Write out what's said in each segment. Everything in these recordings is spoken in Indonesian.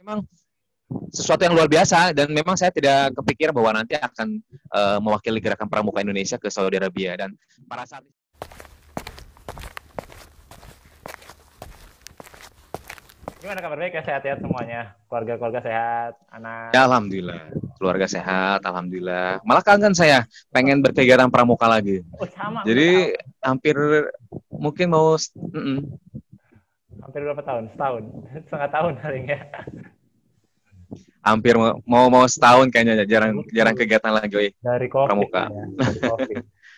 memang sesuatu yang luar biasa dan memang saya tidak kepikir bahwa nanti akan mewakili gerakan pramuka Indonesia ke Saudi Arabia dan pada saat Gimana kabar baik ya, sehat-sehat semuanya? Keluarga-keluarga sehat, anak. ya alhamdulillah keluarga sehat alhamdulillah. Malah kangen saya pengen berkegiatan pramuka lagi. Oh sama, Jadi hampir mungkin mau hampir berapa tahun? Setahun? Setengah tahun paling ya. hampir mau setahun kayaknya jarang kegiatan lagi Dari COVID pramuka. ya, dari COVID.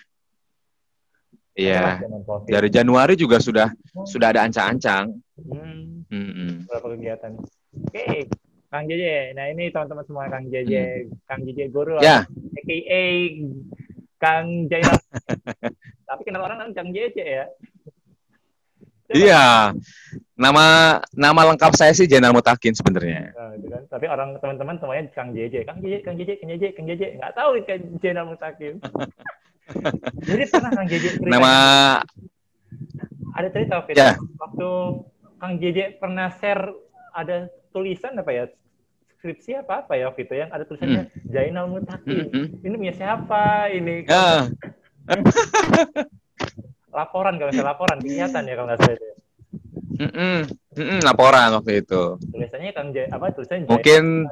Iya. COVID. Dari Januari juga sudah ada ancang-ancang. Berapa kegiatan? Oke, Kang JJ. Nah ini teman-teman semua Kang JJ, Kang JJ Guru, Ya. AKA Kang Jainal. Tapi kenal orang kan Kang JJ ya. Coba. Iya. Nama lengkap saya sih Jainal Mutakin sebenarnya. Nah, gitu kan. Tapi orang teman-teman semuanya Kang JJ, Kang JJ. Nggak tahu kan Jainal Mutakin. Jadi pernah Kang JJ cerita. Nama ada cerita waktu Kang JJ pernah share ada tulisan apa ya? Skripsi apa ya waktu itu yang ada tulisannya Jainal Mutakin. Ini punya siapa? Ini laporan kalau nggak laporan kelihatan ya kalau nggak salah itu. Laporan waktu itu. Tulisannya Kang tulisannya mungkin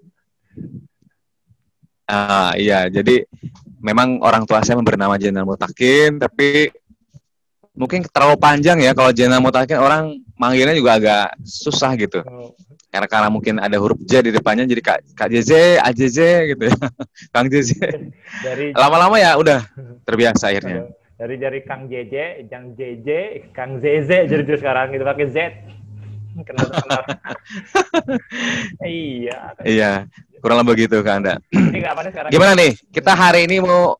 iya, jadi memang orang tua saya memberi nama Jainal Mutakin, tapi mungkin terlalu panjang ya kalau Jainal Mutakin orang manggilnya juga agak susah gitu. Karena mungkin ada huruf J di depannya jadi Kak JJ, AJJ gitu ya. Kang JJ. Lama-lama ya udah terbiasa akhirnya. Dari Kang JJ, Jang JJ, Kang ZZ jadi sekarang gitu pakai Z. Kenal. Iya. Kurang lebih begitu Kak Anda. Gimana nih? Kita hari ini mau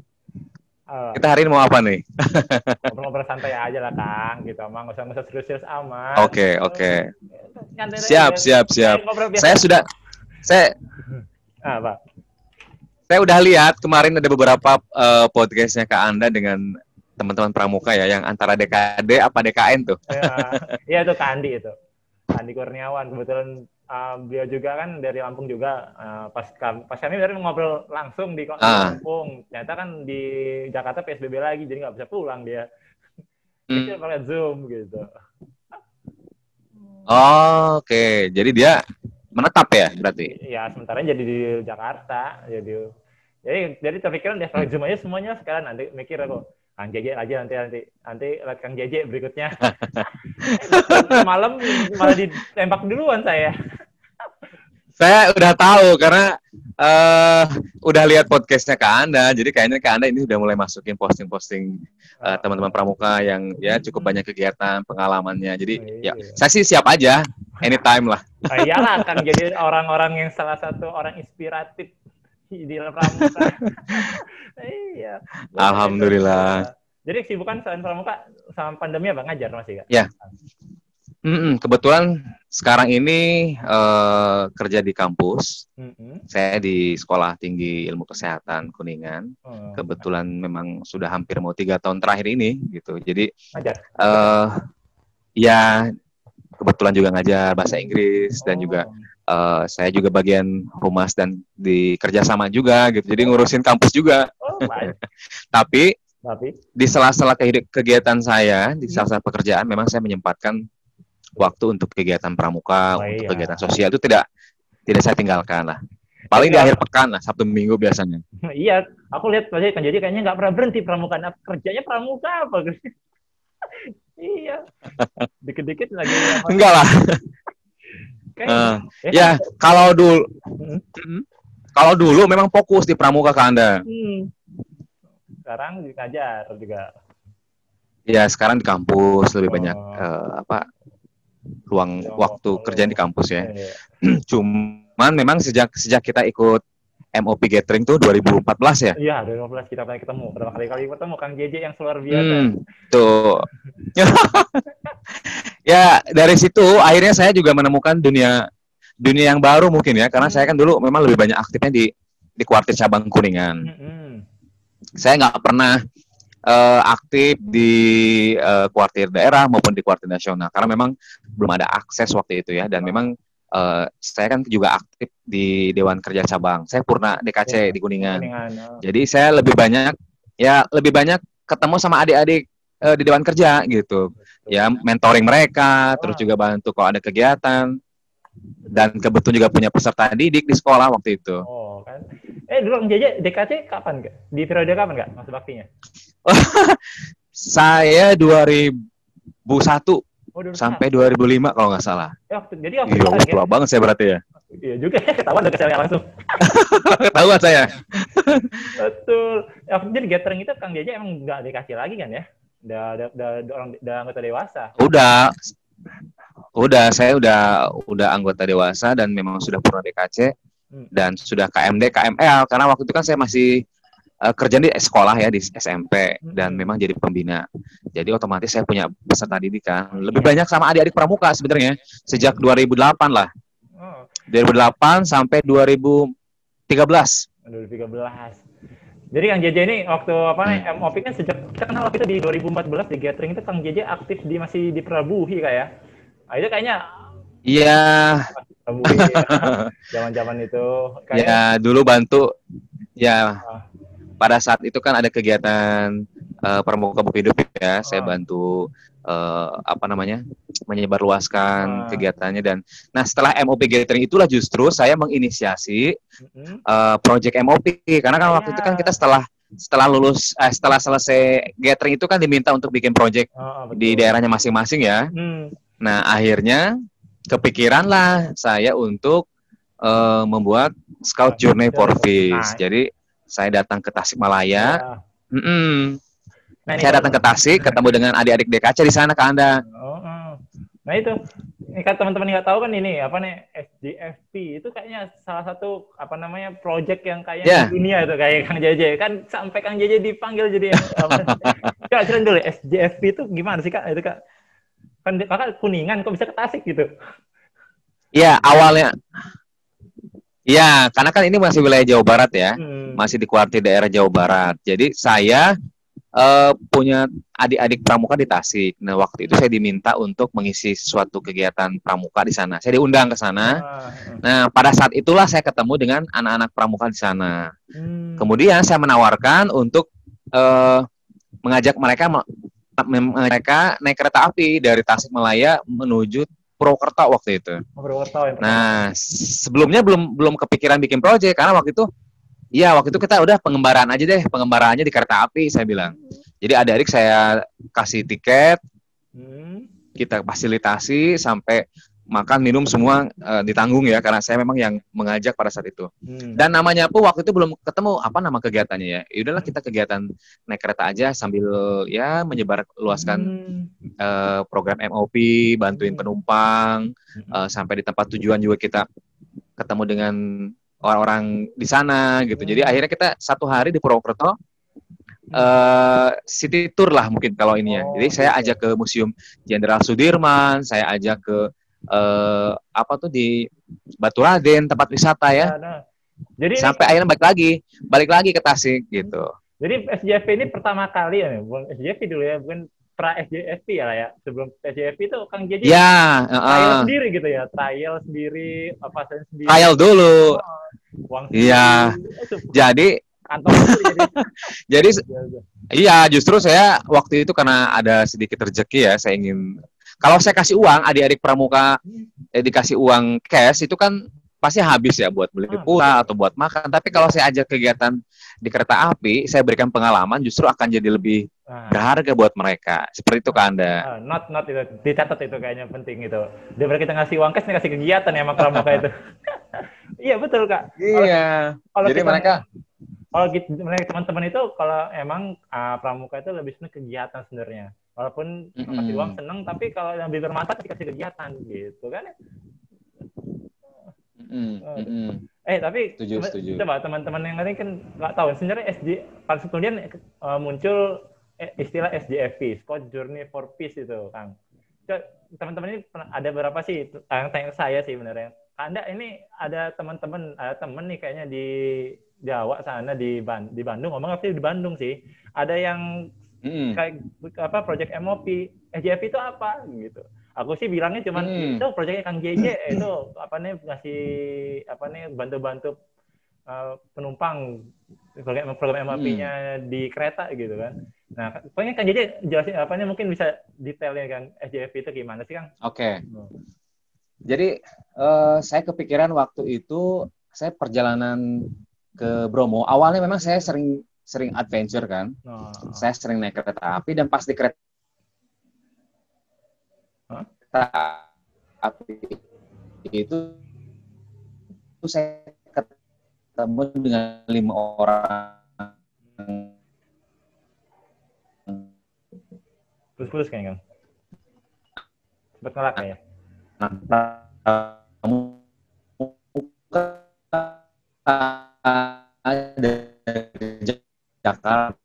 apa nih? Ngobrol santai aja lah Kang, gitu. Nggak usah serius-serius amat. Oke. Siap. Saya udah lihat kemarin ada beberapa podcastnya Kak Anda dengan teman-teman pramuka ya, yang antara DKD apa DKN tuh. Iya itu Kak Andi itu. Andi Kurniawan, kebetulan beliau juga kan dari Lampung juga. Pas kami dari ngobrol langsung di Lampung, ternyata kan di Jakarta PSBB lagi, jadi nggak bisa pulang dia. Dia pakai Zoom gitu. Oke. Jadi dia menetap ya berarti? Iya, sementara jadi di Jakarta. Jadi terpikiran dia pakai Zoom aja semuanya sekarang. Nanti mikir aku, Kang JJ aja nanti Kang JJ berikutnya. Malam malah ditembak duluan saya. Saya udah tahu karena udah lihat podcastnya Kak Anda, jadi kayaknya Kak Anda ini udah mulai masukin posting-posting teman-teman pramuka yang ya cukup banyak kegiatan pengalamannya. Jadi ya saya sih siap aja, anytime lah. Iyalah Kang, jadi orang-orang yang salah satu orang inspiratif di dalam pramuka. Iya. Alhamdulillah. Jadi kesibukan selain pramuka sama pandemi apa ngajar masih Kak? Ya. Kebetulan sekarang ini kerja di kampus. Saya di Sekolah Tinggi Ilmu Kesehatan Kuningan. Kebetulan memang sudah hampir mau 3 tahun terakhir ini gitu. Jadi ya kebetulan juga ngajar bahasa Inggris dan juga saya juga bagian humas dan di kerjasama juga gitu. Jadi ngurusin kampus juga. Tapi di sela-sela kegiatan saya, di sela-sela pekerjaan, memang saya menyempatkan waktu untuk kegiatan pramuka, untuk kegiatan sosial itu tidak saya tinggalkan lah. Paling di akhir pekan lah, Sabtu Minggu biasanya. Iya, aku lihat Kan jadi kayaknya nggak pernah berhenti pramuka. Kerjanya pramuka apa? Iya. Dikit-dikit lagi. Enggak lah. Ya, kalau dulu memang fokus di pramuka Kak Anda. Sekarang ngajar juga. Ya, sekarang di kampus lebih banyak ruang waktu kerjaan di kampus ya. Cuman memang sejak kita ikut MOP Gathering tuh 2014 ya? Iya, 2014 kita pernah ketemu. Berapa kali ketemu Kang JJ yang luar biasa. Tuh. Ya, dari situ akhirnya saya juga menemukan dunia yang baru mungkin ya, karena saya kan dulu memang lebih banyak aktifnya di kuartir cabang Kuningan. Saya nggak pernah aktif di kuartir daerah maupun di kuartir nasional karena memang belum ada akses waktu itu ya, dan memang saya kan juga aktif di Dewan Kerja Cabang. Saya purna DKC di Kuningan. Oh. Jadi saya lebih banyak ketemu sama adik-adik di Dewan Kerja gitu. Ya, mentoring mereka, terus juga bantu kalau ada kegiatan. Dan kebetulan juga punya peserta didik di sekolah waktu itu. Oh, kan. Dulu Kang JJ DKC kapan, Kak? Di periode kapan, Kak? Masa baktinya? Saya 2001 sampai 2005 kalau nggak salah. Jadi waktu itu tua banget saya berarti ya. Iya juga ya, ketahuan udah kesel langsung. Ketahuan saya. Betul. Jadi gathering itu Kang JJ emang nggak dikasih lagi kan ya? Udah anggota dewasa. Udah, saya udah anggota dewasa dan memang sudah purna DKC dan sudah KMD, KML karena waktu itu kan saya masih kerja di sekolah ya di SMP dan memang jadi pembina. Jadi otomatis saya punya peserta didik kan. Lebih banyak sama adik-adik pramuka sebenarnya sejak 2008 lah. 2008 sampai 2013. 2013. Jadi Kang JJ ini waktu MOP kan sejak kita kenal waktu itu di 2014 di gathering itu Kang JJ aktif masih di Prabuhi kayak. Nah, itu kayaknya iya. Prabuhi zaman-zaman itu kayak ya dulu bantu ya. Pada saat itu kan ada kegiatan Pramuka Buku Hidup ya. Saya bantu menyebarluaskan kegiatannya dan setelah MOP gathering itulah justru saya menginisiasi project MOP karena kan waktu itu kan kita setelah selesai gathering itu kan diminta untuk bikin project di daerahnya masing-masing ya. Nah, akhirnya kepikiran lah saya untuk membuat Scout Journey for Peace. Jadi saya datang ke Tasikmalaya. Saya datang ke Tasik, ketemu dengan adik-adik DKC di sana Kak Anda. Nah itu, ini kan teman-teman nggak tahu kan ini SJFP itu kayaknya salah satu project yang kayaknya di dunia itu kayak Kang JJ kan sampai Kang JJ dipanggil jadi Kak ceritain dulu SJFP itu gimana sih Kak itu Kak? Kan Kakak Kuningan kok bisa ke Tasik gitu? Iya awalnya. Iya, karena kan ini masih wilayah Jawa Barat ya, masih di kuartir daerah Jawa Barat. Jadi saya punya adik-adik pramuka di Tasik. Nah, waktu itu saya diminta untuk mengisi suatu kegiatan pramuka di sana. Saya diundang ke sana. Nah, pada saat itulah saya ketemu dengan anak-anak pramuka di sana. Kemudian saya menawarkan untuk mengajak mereka naik kereta api dari Tasikmalaya menuju Purwokerto waktu itu. Nah, sebelumnya belum kepikiran bikin proyek karena waktu itu kita udah pengembaraan aja deh, pengembaraannya di kereta api saya bilang. Jadi adik-adik saya kasih tiket, kita fasilitasi sampai makan minum semua ditanggung ya karena saya memang yang mengajak pada saat itu. Dan namanya pun waktu itu belum ketemu apa nama kegiatannya ya. Yaudahlah kita kegiatan naik kereta aja sambil ya menyebar luaskan program MOP, bantuin penumpang sampai di tempat tujuan juga kita ketemu dengan orang-orang di sana gitu. Jadi akhirnya kita satu hari di Purwokerto city tour lah mungkin kalau ini ya. Jadi saya ajak ke Museum Jenderal Sudirman, saya ajak ke di Baturaden tempat wisata ya. Jadi sampai akhirnya balik lagi ke Tasik gitu. Jadi SJFP ini pertama kali ya, bukan SJFP dulu ya, bukan pra SJFP ya lah ya. Sebelum SJFP itu Kang JJ trial sendiri gitu ya, trial sendiri, sendiri. Trial dulu. Iya. Jadi kantong jadi iya justru saya waktu itu karena ada sedikit rezeki ya, saya ingin kalau saya kasih uang adik-adik pramuka dikasih uang cash itu kan pasti habis ya buat beli pulsa atau buat makan. Tapi kalau saya ajak kegiatan di kereta api, saya berikan pengalaman justru akan jadi lebih berharga buat mereka. Seperti itu ke Anda. Not itu dicatat itu kayaknya penting itu. Daripada kita ngasih uang cash, ngasih kegiatan ya sama pramuka itu. Iya betul Kak. Iya. Jadi mereka kalau teman-teman itu kalau emang pramuka itu lebih senang kegiatan sebenarnya. Walaupun kasih uang seneng, tapi kalau yang lebih bermanfaat dikasih kegiatan gitu kan ya. Tapi setuju. Coba teman-teman yang lain kan nggak tahu sebenarnya pas kemudian muncul istilah SJFP, Scout Journey for Peace itu, Kang. Teman-teman ini ada berapa sih? Tanya saya sih benernya. Anda ini ada teman nih kayaknya di Jawa sana di Bandung, ngomong apa di Bandung sih. Ada yang kayak project MOP, SJFP itu apa gitu. Aku sih bilangnya cuman itu proyeknya Kang JJ itu ngasih bantu-bantu penumpang program MAP-nya di kereta gitu kan. Nah, pokoknya Kang JJ jelasin mungkin bisa detailnya Kang SJF itu gimana sih Kang? Oke. Jadi saya kepikiran waktu itu saya perjalanan ke Bromo. Awalnya memang saya sering adventure kan. Saya sering naik kereta api dan pas di kereta api itu saya ketemu dengan 5 orang. Putus kayaknya Kang. Sempat ngelak ya. Ada Jakarta.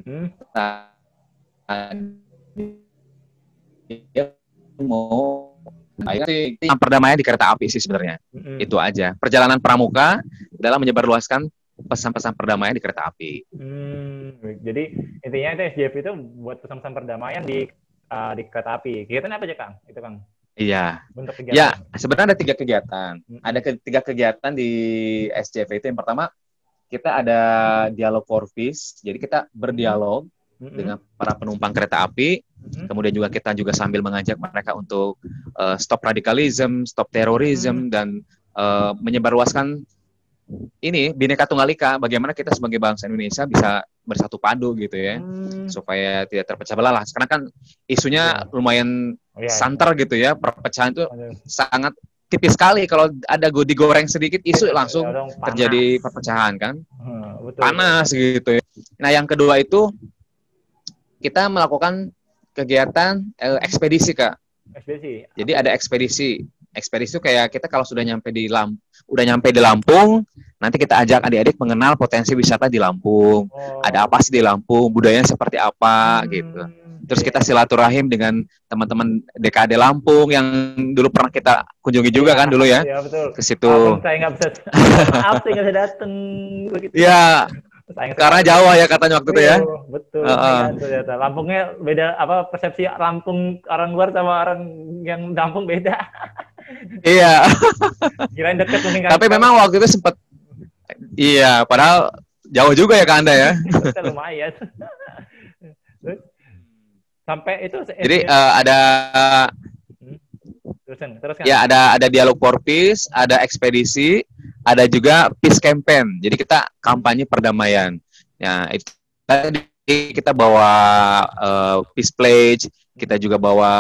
Dia mau perdamaian di kereta api sih sebenarnya. Itu aja. Perjalanan pramuka dalam menyebarluaskan pesan-pesan perdamaian di kereta api. Jadi intinya itu SJF itu buat pesan-pesan perdamaian di kereta api. Kegiatan apa aja Kang? Itu Kang. Iya. Ya, sebenarnya ada 3 kegiatan. Ada 3 kegiatan di SJV itu. Yang pertama, kita ada dialog for peace. Jadi kita berdialog dengan para penumpang kereta api. Kemudian juga kita sambil mengajak mereka untuk stop radikalisme, stop terorisme, dan menyebarluaskan ini Bhinneka Tunggal Ika. Bagaimana kita sebagai bangsa Indonesia bisa bersatu padu gitu ya, supaya tidak terpecah belah lah. Sekarang kan isunya lumayan santer gitu ya, perpecahan itu sangat tipis sekali. Kalau ada digoreng sedikit isu langsung terjadi perpecahan kan, panas gitu ya. Nah yang kedua itu kita melakukan kegiatan ekspedisi Kak. Ekspedisi. Jadi ada ekspedisi. Ekspedisi itu kayak kita kalau sudah nyampe di Lampung, nanti kita ajak adik-adik mengenal potensi wisata di Lampung. Ada apa sih di Lampung, budayanya seperti apa gitu. Terus kita silaturahim dengan teman-teman DKD Lampung yang dulu pernah kita kunjungi juga kan dulu ya. Iya betul. Ke situ. Saya nggak bisa datang. Iya. Karena Jawa ya katanya waktu itu ya. Betul. Lampungnya beda persepsi Lampung orang luar sama orang yang Lampung beda. Iya. Kirain dekat mungkin. Tapi memang waktu itu sempat iya, padahal jauh juga ya ke Anda ya. Lumayan. Sampai itu jadi ada teruskan. Ya, ada dialog for peace, ada ekspedisi, ada juga peace campaign. Jadi kita kampanye perdamaian. Ya, itu tadi kita bawa peace pledge, kita juga bawa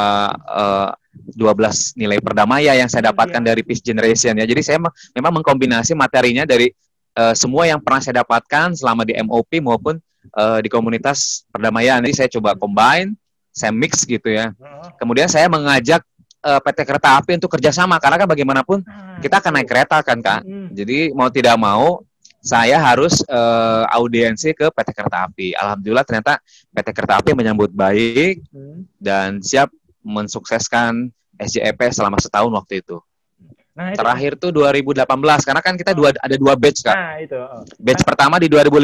12 nilai perdamaian yang saya dapatkan dari Peace Generation ya. Jadi saya memang mengkombinasi materinya dari semua yang pernah saya dapatkan selama di MOP maupun di komunitas perdamaian. Jadi saya coba combine, saya mix gitu ya. Kemudian saya mengajak PT Kereta Api untuk kerjasama karena kan bagaimanapun kita akan naik kereta kan Kak. Jadi mau tidak mau saya harus audiensi ke PT Kereta Api. Alhamdulillah ternyata PT Kereta Api menyambut baik dan siap mensukseskan SJEP selama setahun waktu itu. Nah, terakhir tuh 2018 karena kan kita ada 2 batch Kak. Nah, itu. Batch pertama di 2015.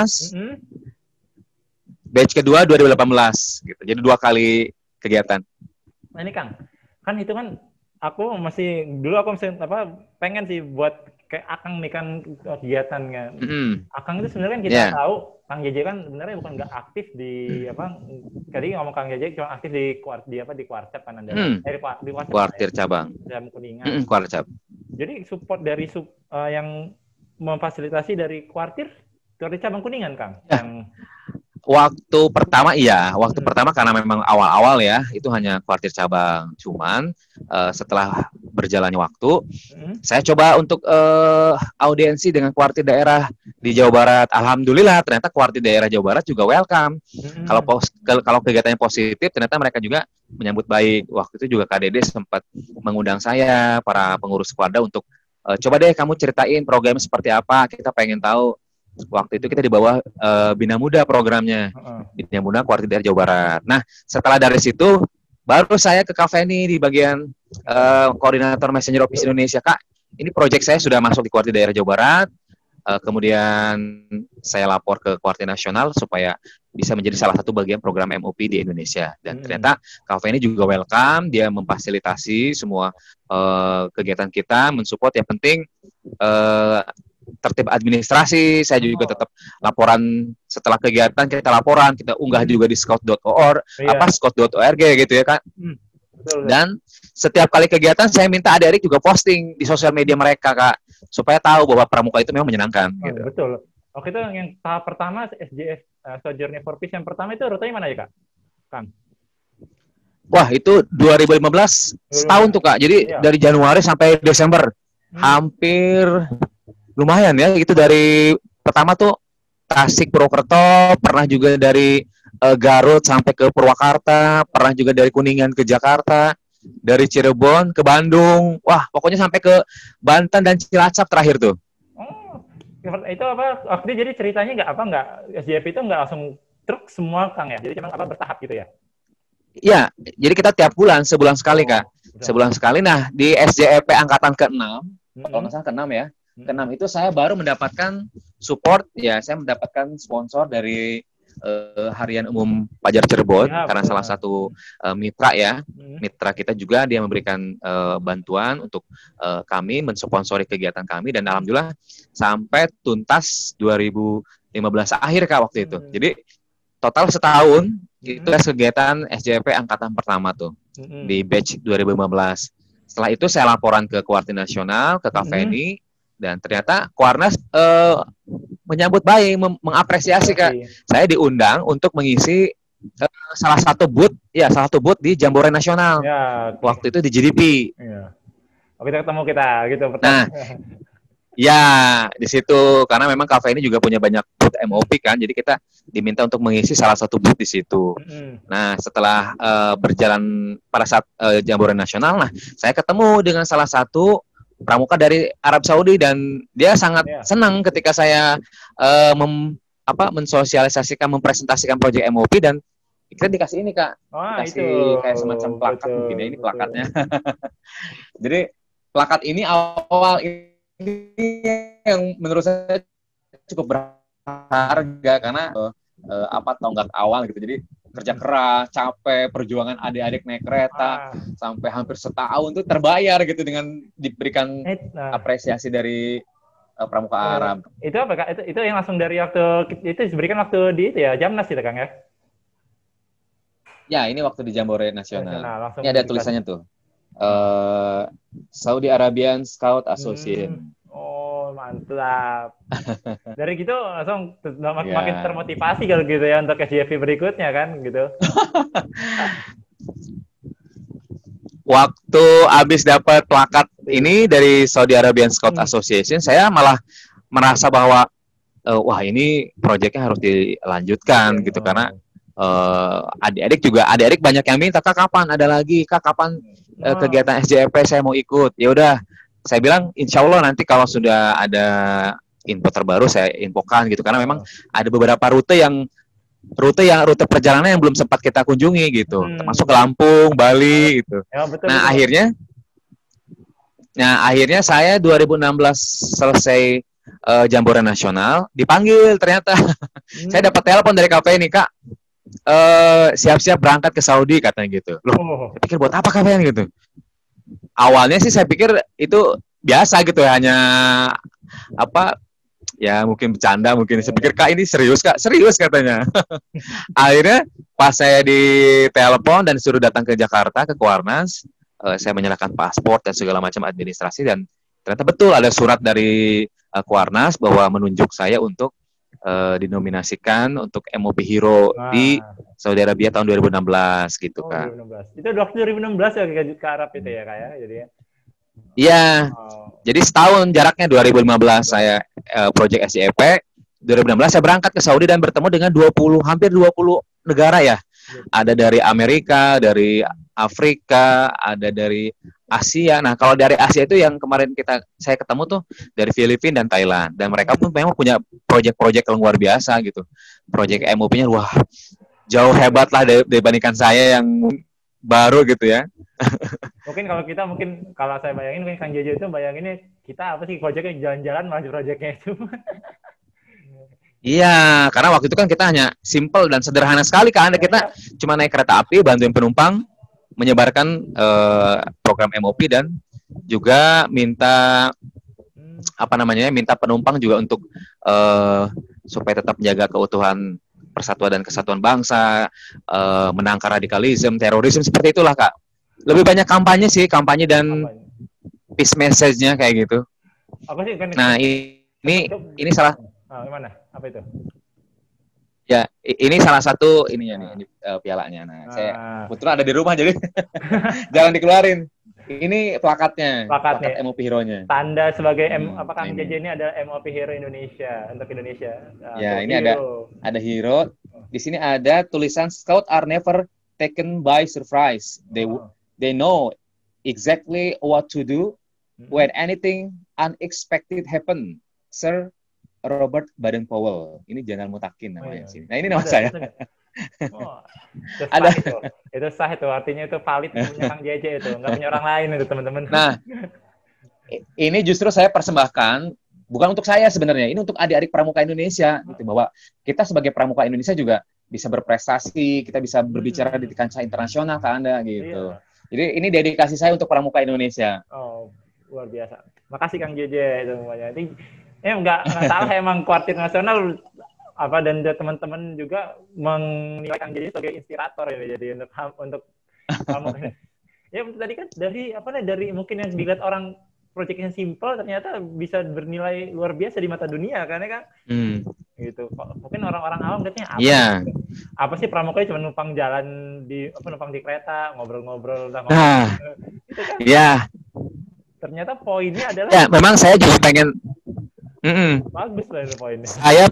Batch kedua 2018 gitu. Jadi 2 kali kegiatan. Nah, ini Kang. Kan itu kan aku masih pengen sih buat kayak Akang nih kan kegiatannya. Akang itu sebenarnya kan kita tahu Kang JJ kan sebenarnya bukan nggak aktif di tadi ngomong Kang JJ cuma aktif di Kuarcap kan Anda. Di Kuartir cabang. Jam Kuningan. Kuarcap. Jadi support dari yang memfasilitasi dari Kuartir cabang Kuningan Kang. Yang waktu pertama karena memang awal-awal ya itu hanya Kuartir cabang. Cuman setelah berjalannya waktu, saya coba untuk audiensi dengan Kuartir daerah di Jawa Barat. Alhamdulillah ternyata Kuartir daerah Jawa Barat juga welcome. Kalau kegiatannya positif, ternyata mereka juga menyambut baik. Waktu itu juga KDD sempat mengundang saya, para pengurus Kuarda untuk coba deh kamu ceritain programnya seperti apa. Kita pengen tahu. Waktu itu kita di bawah Bina Muda programnya, Bina Muda Kuartir daerah Jawa Barat. Nah, setelah dari situ, baru saya ke Kaveni di bagian koordinator Messenger Office Indonesia. Kak, ini proyek saya sudah masuk di Kuartir daerah Jawa Barat. kemudian saya lapor ke Kuarti Nasional supaya bisa menjadi salah satu bagian program MOP di Indonesia. Dan ternyata Cafe ini juga welcome, dia memfasilitasi semua kegiatan kita, mensupport. Yang penting tertib administrasi, saya juga tetap laporan setelah kegiatan, kita unggah juga di scout.org gitu ya kan. Dan setiap kali kegiatan saya minta adik-adik juga posting di sosial media mereka, Kak, supaya tahu bahwa pramuka itu memang menyenangkan. Gitu. Betul. Oke, itu yang tahap pertama SJF Sojourner for Peace yang pertama itu rutenya mana ya, Kak? Kang? Wah, itu 2015 setahun tuh, Kak. Jadi dari Januari sampai Desember. Hampir lumayan ya. Itu dari pertama tuh Tasik, Purwokerto, pernah juga dari Garut sampai ke Purwakarta, pernah juga dari Kuningan ke Jakarta, dari Cirebon ke Bandung. Wah, pokoknya sampai ke Banten dan Cilacap terakhir tuh. Itu apa? Waktu itu jadi ceritanya nggak SJP itu nggak langsung truk semua, Kang ya? Jadi cuma bertahap gitu ya? Iya, jadi kita tiap bulan, sebulan sekali, Kak. Sebulan sekali. Nah, di SJP angkatan ke-6, kalau nggak salah ke-6 ya, ke-6 itu saya baru mendapatkan support, ya saya mendapatkan sponsor dari Harian Umum Pajar Cirebon, karena salah satu mitra ya, mitra kita juga, dia memberikan bantuan untuk kami mensponsori kegiatan kami, dan alhamdulillah sampai tuntas 2015 akhir, Kak, waktu itu. Jadi total setahun itu kegiatan SJP angkatan pertama tuh di batch 2015. Setelah itu saya laporan ke Kuarti Nasional, ke KVNI, dan ternyata Kuarnas menyambut baik, mengapresiasi, Kak. Saya diundang untuk mengisi salah satu booth di Jambore Nasional. Ya, waktu itu di GDP. Ya. Oke, kita ketemu gitu pertama. Nah, ya di situ karena memang kafe ini juga punya banyak booth MOP kan, jadi kita diminta untuk mengisi salah satu booth di situ. Nah, setelah berjalan pada saat Jambore Nasional, nah saya ketemu dengan salah satu pramuka dari Arab Saudi, dan dia sangat senang ketika saya mensosialisasikan, mempresentasikan proyek MOP, dan kita dikasih ini, Kak. Dikasih kayak semacam plakat mungkin ya, ini plakatnya. Jadi plakat ini awal ini yang menurut saya cukup berharga karena tonggak awal gitu. Jadi kerja keras, capek, perjuangan adik-adik naik kereta sampai hampir setahun tuh terbayar gitu dengan diberikan apresiasi dari pramuka Arab. Itu apa, Kak? Itu yang langsung dari waktu itu diberikan waktu di itu ya, Jamnas itu, Kang ya? Ya, ini waktu di Jambore Nasional. Ini ada tulisannya tuh. Saudi Arabian Scout Association. Mantap. Dari gitu langsung makin termotivasi kalau gitu ya untuk SJP berikutnya kan gitu. Waktu habis dapat plakat ini dari Saudi Arabian Scout Association, saya malah merasa bahwa wah ini proyeknya harus dilanjutkan gitu, karena adik-adik banyak yang minta, Kak kapan ada lagi, Kak kapan kegiatan SJP saya mau ikut. Ya udah, saya bilang insya Allah nanti kalau sudah ada info terbaru saya infokan gitu, karena memang ada beberapa rute perjalanan yang belum sempat kita kunjungi gitu, termasuk ke Lampung, Bali gitu. Ya, betul, nah akhirnya saya 2016 selesai Jambore Nasional, dipanggil ternyata. Saya dapat telepon dari kafe ini, Kak, siap-siap berangkat ke Saudi katanya gitu. Loh, saya pikir buat apa kalian gitu. Awalnya sih saya pikir itu biasa gitu, hanya mungkin bercanda, mungkin saya pikir, Kak ini serius, Kak, serius katanya. Akhirnya pas saya ditelepon dan suruh datang ke Jakarta ke Kuarnas, saya menyerahkan paspor dan segala macam administrasi, dan ternyata betul ada surat dari Kuarnas bahwa menunjuk saya untuk dinominasikan untuk MOP Hero di Saudi Arabia tahun 2016 gitu, Kak. 2016. Itu waktu 2016 ya ke Arab itu ya, Kak ya, jadi ya. Iya. Jadi setahun jaraknya, 2015 saya project SJP, 2016 saya berangkat ke Saudi dan bertemu dengan hampir 20 negara ya. Ada dari Amerika, dari Afrika, ada dari Asia. Nah, kalau dari Asia itu yang kemarin saya ketemu tuh dari Filipina dan Thailand. Dan mereka pun memang punya proyek-proyek yang luar biasa gitu. Proyek MOP-nya wah, jauh hebat lah dibandingkan saya yang baru gitu ya. Mungkin kalau saya bayangin mungkin Kang Jeje itu bayanginnya kita apa sih Gojeknya jalan-jalan malah proyeknya itu. Iya, karena waktu itu kan kita hanya simple dan sederhana sekali kan. Kita cuma naik kereta api, bantuin penumpang, menyebarkan program MOP dan juga minta minta penumpang juga untuk supaya tetap menjaga keutuhan persatuan dan kesatuan bangsa, menangkal radikalisme, terorisme, seperti itulah Kak. Lebih banyak kampanye dan peace message-nya kayak gitu. Apa sih kan? Nah, ini salah. Gimana? Apa itu? Ya, ini salah satu ininya nih, ini pialanya. Nah, saya kebetulan ada di rumah jadi jangan dikeluarin. Ini plakatnya. Plakat MOP Hero-nya. Tanda sebagai apakah Kang Jeje ini adalah MOP Hero Indonesia untuk Indonesia. Ya, ini ada hero. Di sini ada tulisan Scout are never taken by surprise. They know exactly what to do when anything unexpected happen. Sir Robert Baden-Powell. Ini Jenderal Mutakin namanya sini. Nah, ini nama saya. Ada itu sah itu artinya itu valid punya Kang Jeje itu, nggak punya orang lain itu teman-teman. Nah, ini justru saya persembahkan bukan untuk saya sebenarnya, ini untuk adik-adik pramuka Indonesia gitu, bahwa kita sebagai pramuka Indonesia juga bisa berprestasi, kita bisa berbicara di kancah internasional ke Anda gitu. Jadi ini dedikasi saya untuk pramuka Indonesia. Oh, luar biasa. Makasih Kang Jeje itu semuanya. Nggak salah emang kuartir nasional dan teman-teman juga menilai Kang Jeje sebagai inspirator ya, jadi untuk kamu. Ya tadi kan dari mungkin yang dilihat orang proyeknya simple ternyata bisa bernilai luar biasa di mata dunia kan ya Kang. Gitu. Mungkin orang-orang awam lihatnya apa? Apa sih pramuka cuma numpang jalan numpang di kereta, ngobrol-ngobrol gitu kan. Iya. Ternyata poinnya adalah ya, memang saya juga pengen bagus lah itu poinnya.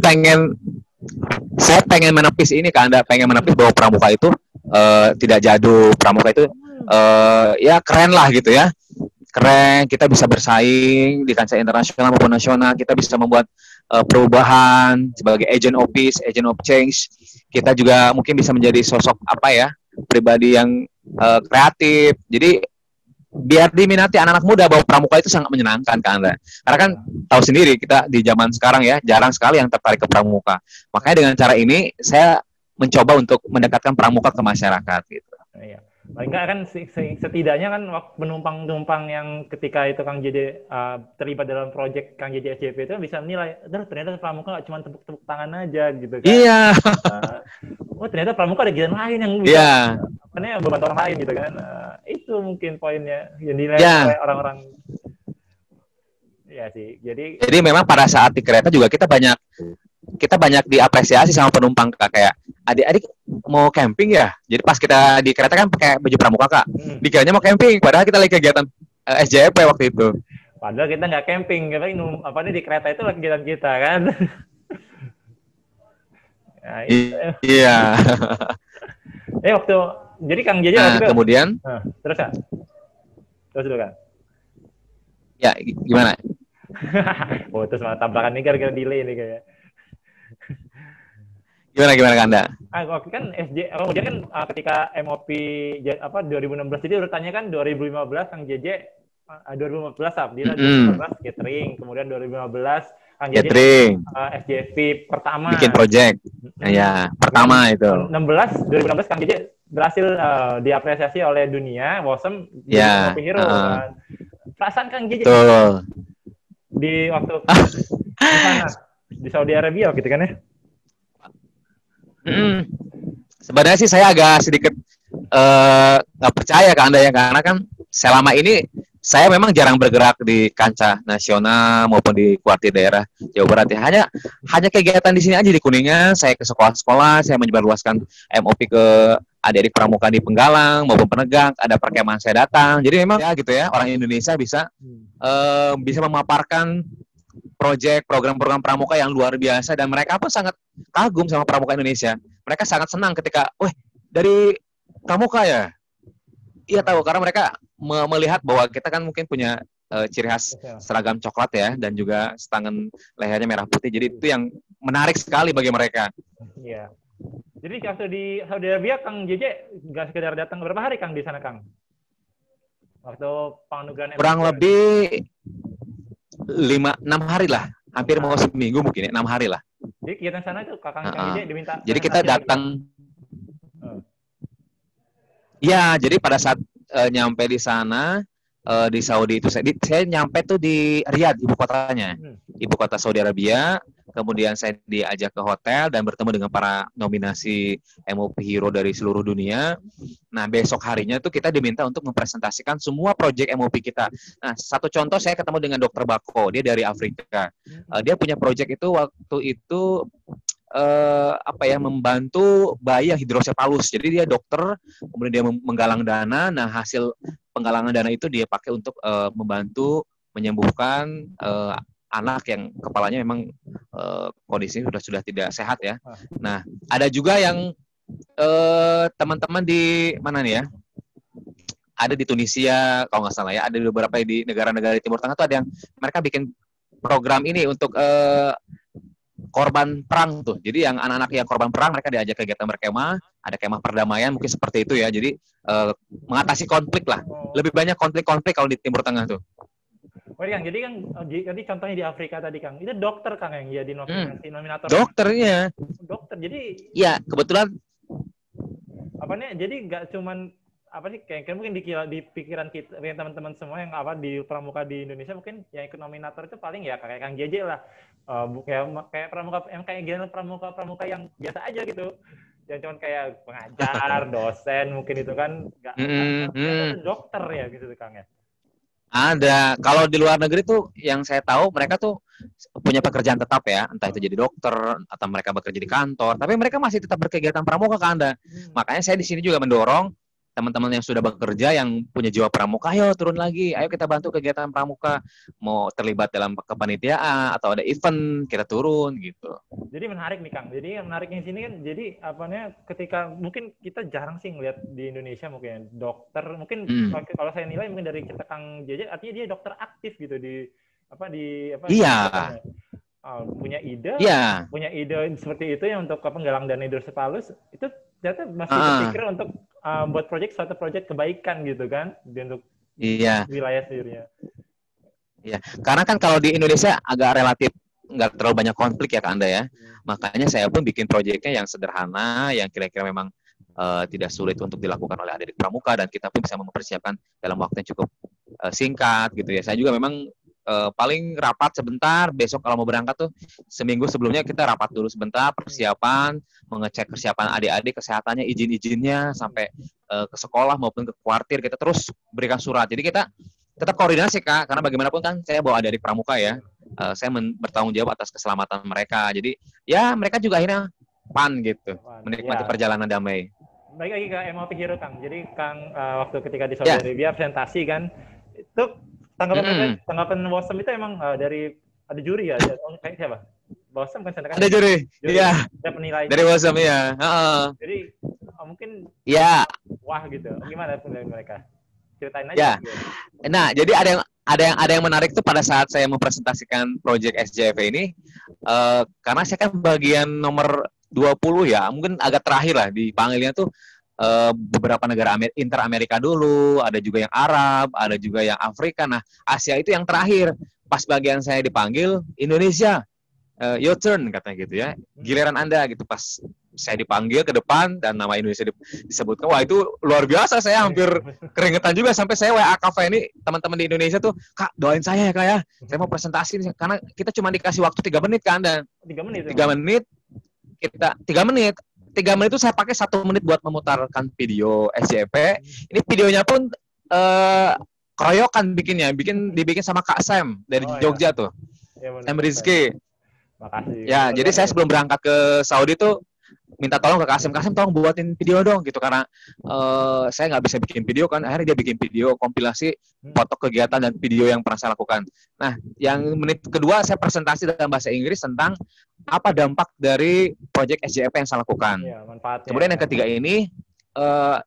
Saya pengen menepis ini kan, Anda pengen menepis bahwa pramuka itu tidak jadul, pramuka itu ya keren lah gitu ya, keren, kita bisa bersaing di kancah internasional maupun nasional, kita bisa membuat perubahan sebagai agent of peace, agent of change, kita juga mungkin bisa menjadi sosok pribadi yang kreatif, jadi biar diminati anak-anak muda bahwa pramuka itu sangat menyenangkan kan Anda. Karena kan tahu sendiri kita di zaman sekarang ya jarang sekali yang tertarik ke pramuka. Makanya dengan cara ini saya mencoba untuk mendekatkan pramuka ke masyarakat gitu. Iya. Paling enggak kan setidaknya kan penumpang-penumpang yang ketika itu Kang Jeje terlibat dalam proyek Kang Jeje SJP itu bisa menilai, ternyata pramuka nggak cuma tepuk-tepuk tangan aja gitu kan. Iya. Ternyata pramuka ada jalan lain yang bisa membantu orang lain gitu kan. Itu mungkin poinnya yang dinilai oleh orang-orang. Iya sih. Jadi memang pada saat di kereta juga kita banyak diapresiasi sama penumpang Kak, kayak adik-adik mau camping ya. Jadi pas kita di kereta kan pakai baju pramuka Kak. Dikiranya mau camping padahal kita lagi kegiatan SJP waktu itu. Padahal kita nggak camping, di kereta itu lagi kegiatan kita kan. Nah, iya. Jadi Kang Jeje kemudian terus Kak. Terus dulu Kang. Ya, gimana? Terus malah tabrakan nih gara-gara delay nih kayak. Gimana Kanda? Waktu kan kemudian kan ketika MOP 2016 jadi urutannya kan 2015 Kang Jeje 2015 dia 2014 catering, kemudian 2015 Kang Jeje SJV pertama bikin project. Ya, pertama itu. 2016 Kang Jeje berhasil diapresiasi oleh dunia WOSM jadi MOP Hero. Perasaan Kang Jeje di waktu di sana di Saudi Arabia gitu kan ya? Sebenarnya sih saya agak sedikit nggak percaya ke Anda ya, karena kan selama ini saya memang jarang bergerak di kancah nasional maupun di kuartir daerah Jawa Barat ya. Hanya kegiatan di sini aja di Kuningan, saya ke sekolah-sekolah, saya menyebarluaskan MOP ke adik-adik pramuka di Penggalang maupun Penegak, ada perkemahan saya datang. Jadi memang ya gitu ya, orang Indonesia bisa memaparkan program-program pramuka yang luar biasa, dan mereka pun sangat kagum sama pramuka Indonesia. Mereka sangat senang ketika, dari pramuka ya? Iya tahu, karena mereka melihat bahwa kita kan mungkin punya ciri khas seragam coklat ya, dan juga setangan lehernya merah putih. Jadi itu yang menarik sekali bagi mereka. Iya. Jadi waktu di Saudi Arabia, Kang JJ nggak sekedar datang berapa hari Kang di sana Kang? Waktu penganugerahan Kurang lebih 5-6 hari lah, hampir mau seminggu mungkin ya, 6 hari lah. Jadi kegiatan sana itu Kang JJ diminta. Jadi kita datang. Ya, jadi pada saat nyampe di sana di Saudi itu saya nyampe tuh di Riyadh, ibu kotanya, ibu kota Saudi Arabia. Kemudian saya diajak ke hotel dan bertemu dengan para nominasi MOP Hero dari seluruh dunia. Nah, besok harinya tuh kita diminta untuk mempresentasikan semua proyek MOP kita. Nah, satu contoh saya ketemu dengan Dr. Bako, dia dari Afrika. Dia punya proyek itu waktu itu membantu bayi yang hidrosefalus. Jadi dia dokter, kemudian dia menggalang dana. Nah, hasil penggalangan dana itu dia pakai untuk membantu menyembuhkan anak yang kepalanya memang kondisinya sudah tidak sehat ya. Nah, ada juga yang teman-teman di mana nih ya? Ada di Tunisia kalau nggak salah ya. Ada beberapa di negara-negara di Timur Tengah tuh ada yang mereka bikin program ini untuk korban perang tuh. Jadi yang anak-anak yang korban perang mereka diajak kegiatan berkemah, ada kemah perdamaian mungkin seperti itu ya. Jadi mengatasi konflik lah. Lebih banyak konflik-konflik kalau di Timur Tengah tuh. Oh, Kang, jadi Kang, jadi contohnya di Afrika tadi Kang, itu dokter Kang yang jadi nominator. Dokternya. Dokter, jadi. Iya, kebetulan. Jadi nggak cuman kayak mungkin di pikiran kita, teman-teman semua yang di pramuka di Indonesia mungkin yang ikut nominator itu paling ya kayak Kang JJ lah, kayak pramuka yang kayak gini pramuka yang biasa aja gitu, yang cuman kayak pengajar, dosen mungkin itu kan nggak dokter ya gitu Kang ya. Ada. Kalau di luar negeri tuh yang saya tahu mereka tuh punya pekerjaan tetap ya, entah itu jadi dokter atau mereka bekerja di kantor, tapi mereka masih tetap berkegiatan pramuka kan Anda. Makanya saya di sini juga mendorong teman-teman yang sudah bekerja yang punya jiwa pramuka, ayo turun lagi, ayo kita bantu kegiatan pramuka, mau terlibat dalam kepanitiaan atau ada event kita turun gitu. Jadi menarik nih Kang. Jadi yang menariknya di sini kan, jadi ketika mungkin kita jarang sih ngelihat di Indonesia mungkin dokter, mungkin kalau saya nilai mungkin dari cerita Kang JJ artinya dia dokter aktif gitu iya. Punya ide, iya. Punya ide seperti itu yang untuk penggalang dana hidrosefalus itu ternyata masih berpikir untuk buat suatu proyek kebaikan gitu kan untuk wilayah sendirinya. Iya, karena kan kalau di Indonesia agak relatif nggak terlalu banyak konflik ya Kak Anda ya. Makanya saya pun bikin proyeknya yang sederhana, yang kira-kira memang tidak sulit untuk dilakukan oleh adik pramuka dan kita pun bisa mempersiapkan dalam waktu yang cukup singkat gitu ya. Saya juga memang paling rapat sebentar, besok kalau mau berangkat tuh seminggu sebelumnya kita rapat dulu sebentar, persiapan, mengecek persiapan adik-adik, kesehatannya, izin-izinnya sampai ke sekolah maupun ke kuartir, kita terus berikan surat. Jadi kita tetap koordinasi Kak, karena bagaimanapun kan saya bawa adik-adik pramuka ya, saya bertanggung jawab atas keselamatan mereka. Jadi ya mereka juga akhirnya gitu, menikmati perjalanan damai. Baik lagi ke MOP Hero Kang. Jadi Kang waktu ketika di Saudi Arabia presentasi kan, itu tanggapan Wasem itu emang dari ada juri ya? Kayak siapa? Wasem kan ada juri. Iya. Ada penilai. Dari Wasem ya. Jadi mungkin wah gitu. Gimana penilaian mereka? Ceritain aja. Ya. Gitu. Nah, jadi ada yang menarik tuh pada saat saya mempresentasikan proyek SJV ini karena saya kan bagian nomor 20 ya. Mungkin agak terakhir lah dipanggilnya tuh beberapa negara inter-Amerika dulu, ada juga yang Arab, ada juga yang Afrika. Nah, Asia itu yang terakhir. Pas bagian saya dipanggil, Indonesia, your turn katanya gitu ya. Giliran Anda gitu. Pas saya dipanggil ke depan dan nama Indonesia disebutkan, wah itu luar biasa. Saya hampir keringetan juga sampai saya WA Kafe ini teman-teman di Indonesia tuh, Kak doain saya ya Kak ya. Saya mau presentasi karena kita cuma dikasih waktu 3 menit ke Anda. 3 menit. 3 menit. 3 menit itu saya pakai 1 menit buat memutarkan video SJP. Ini videonya pun keroyokan dibikin sama Kak Sam dari Jogja tuh. Sam Rizky. Makasih. Ya, jadi saya sebelum berangkat ke Saudi tuh minta tolong ke Kasim tolong buatin video dong gitu karena saya nggak bisa bikin video kan. Akhirnya dia bikin video kompilasi foto kegiatan dan video yang pernah saya lakukan. Nah, yang menit kedua saya presentasi dalam bahasa Inggris tentang apa dampak dari proyek SJP yang saya lakukan. Ya, manfaatnya. Kemudian yang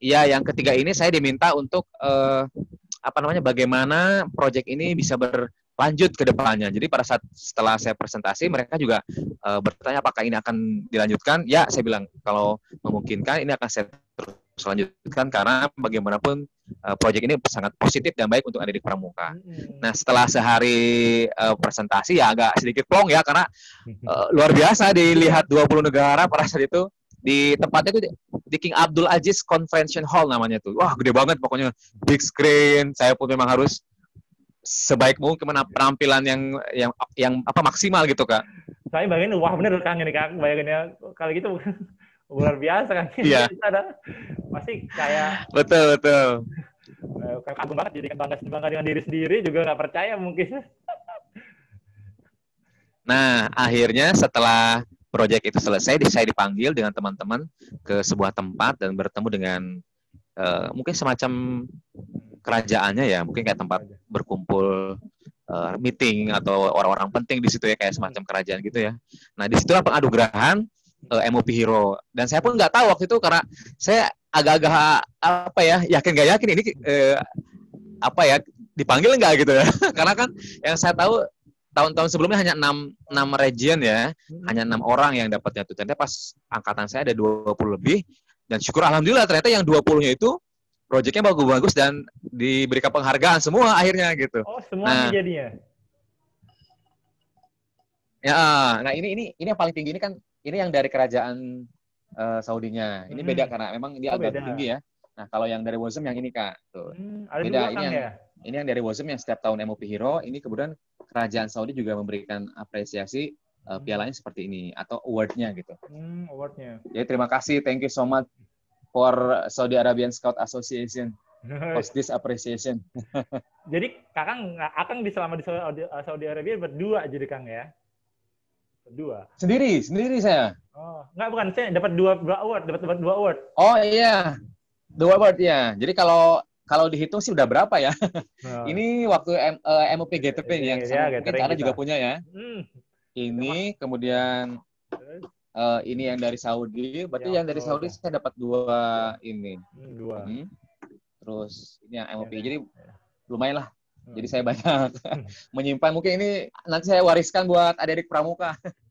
ketiga ini saya diminta untuk bagaimana proyek ini bisa lanjut ke depannya. Jadi pada saat setelah saya presentasi, mereka juga bertanya apakah ini akan dilanjutkan. Ya, saya bilang kalau memungkinkan ini akan saya terus lanjutkan karena bagaimanapun proyek ini sangat positif dan baik untuk Adik Pramuka. Nah, setelah sehari presentasi ya agak sedikit plong ya karena luar biasa dilihat 20 negara pada saat itu. Di tempatnya itu di King Abdul Aziz Convention Hall namanya tuh. Wah, gede banget pokoknya, big screen. Saya pun memang harus sebaik mungkin penampilan yang apa maksimal gitu, Kak. Saya bayangin wah bener Kang ini Kang, bayanginnya kali gitu luar biasa kan. Iya. Pasti kayak betul. Kayak kagum banget, jadi bangga dengan diri sendiri juga nggak percaya mungkin. Nah, akhirnya setelah proyek itu selesai, saya dipanggil dengan teman-teman ke sebuah tempat dan bertemu dengan mungkin semacam kerajaannya ya, mungkin kayak tempat berkumpul meeting atau orang-orang penting di situ ya, kayak semacam kerajaan gitu ya. Nah, di situlah pengadugerahan MOP Hero, dan saya pun nggak tahu waktu itu karena saya agak-agak apa ya, yakin nggak yakin ini apa ya dipanggil nggak gitu ya. Karena kan yang saya tahu tahun-tahun sebelumnya hanya 6 region ya, hanya 6 orang yang dapatnya tuh. Ternyata pas angkatan saya ada 20 lebih, dan syukur alhamdulillah ternyata yang 20-nya itu proyeknya bagus-bagus dan diberikan penghargaan semua akhirnya gitu. Oh, semuanya jadinya. Ya, nah ini yang paling tinggi ini kan, ini yang dari kerajaan Saudinya. Ini beda karena memang dia agak tinggi ya. Nah, kalau yang dari WOSM yang ini Kak, tuh. Beda ini yang dari WOSM yang setiap tahun MOP Hero, ini kemudian kerajaan Saudi juga memberikan apresiasi pialanya seperti ini atau award-nya gitu. Award-nya. Jadi terima kasih, thank you so much for Saudi Arabian Scout Association for this appreciation. Jadi Akang selama di Saudi Arabia berdua jadi Kang ya? Berdua. Sendiri saya. Oh, enggak, bukan, saya dapat dua award. Oh iya. 2 award ya. Jadi kalau dihitung sih udah berapa ya? Ini waktu MOP GTP yang mungkin Cara juga punya ya. Ini kemudian ini yang dari Saudi. Berarti yang dari Saudi saya dapat 2 ini. 2. Terus ini yang MOP. Jadi lumayan lah. Jadi saya banyak menyimpan. Mungkin ini nanti saya wariskan buat adik-adik pramuka.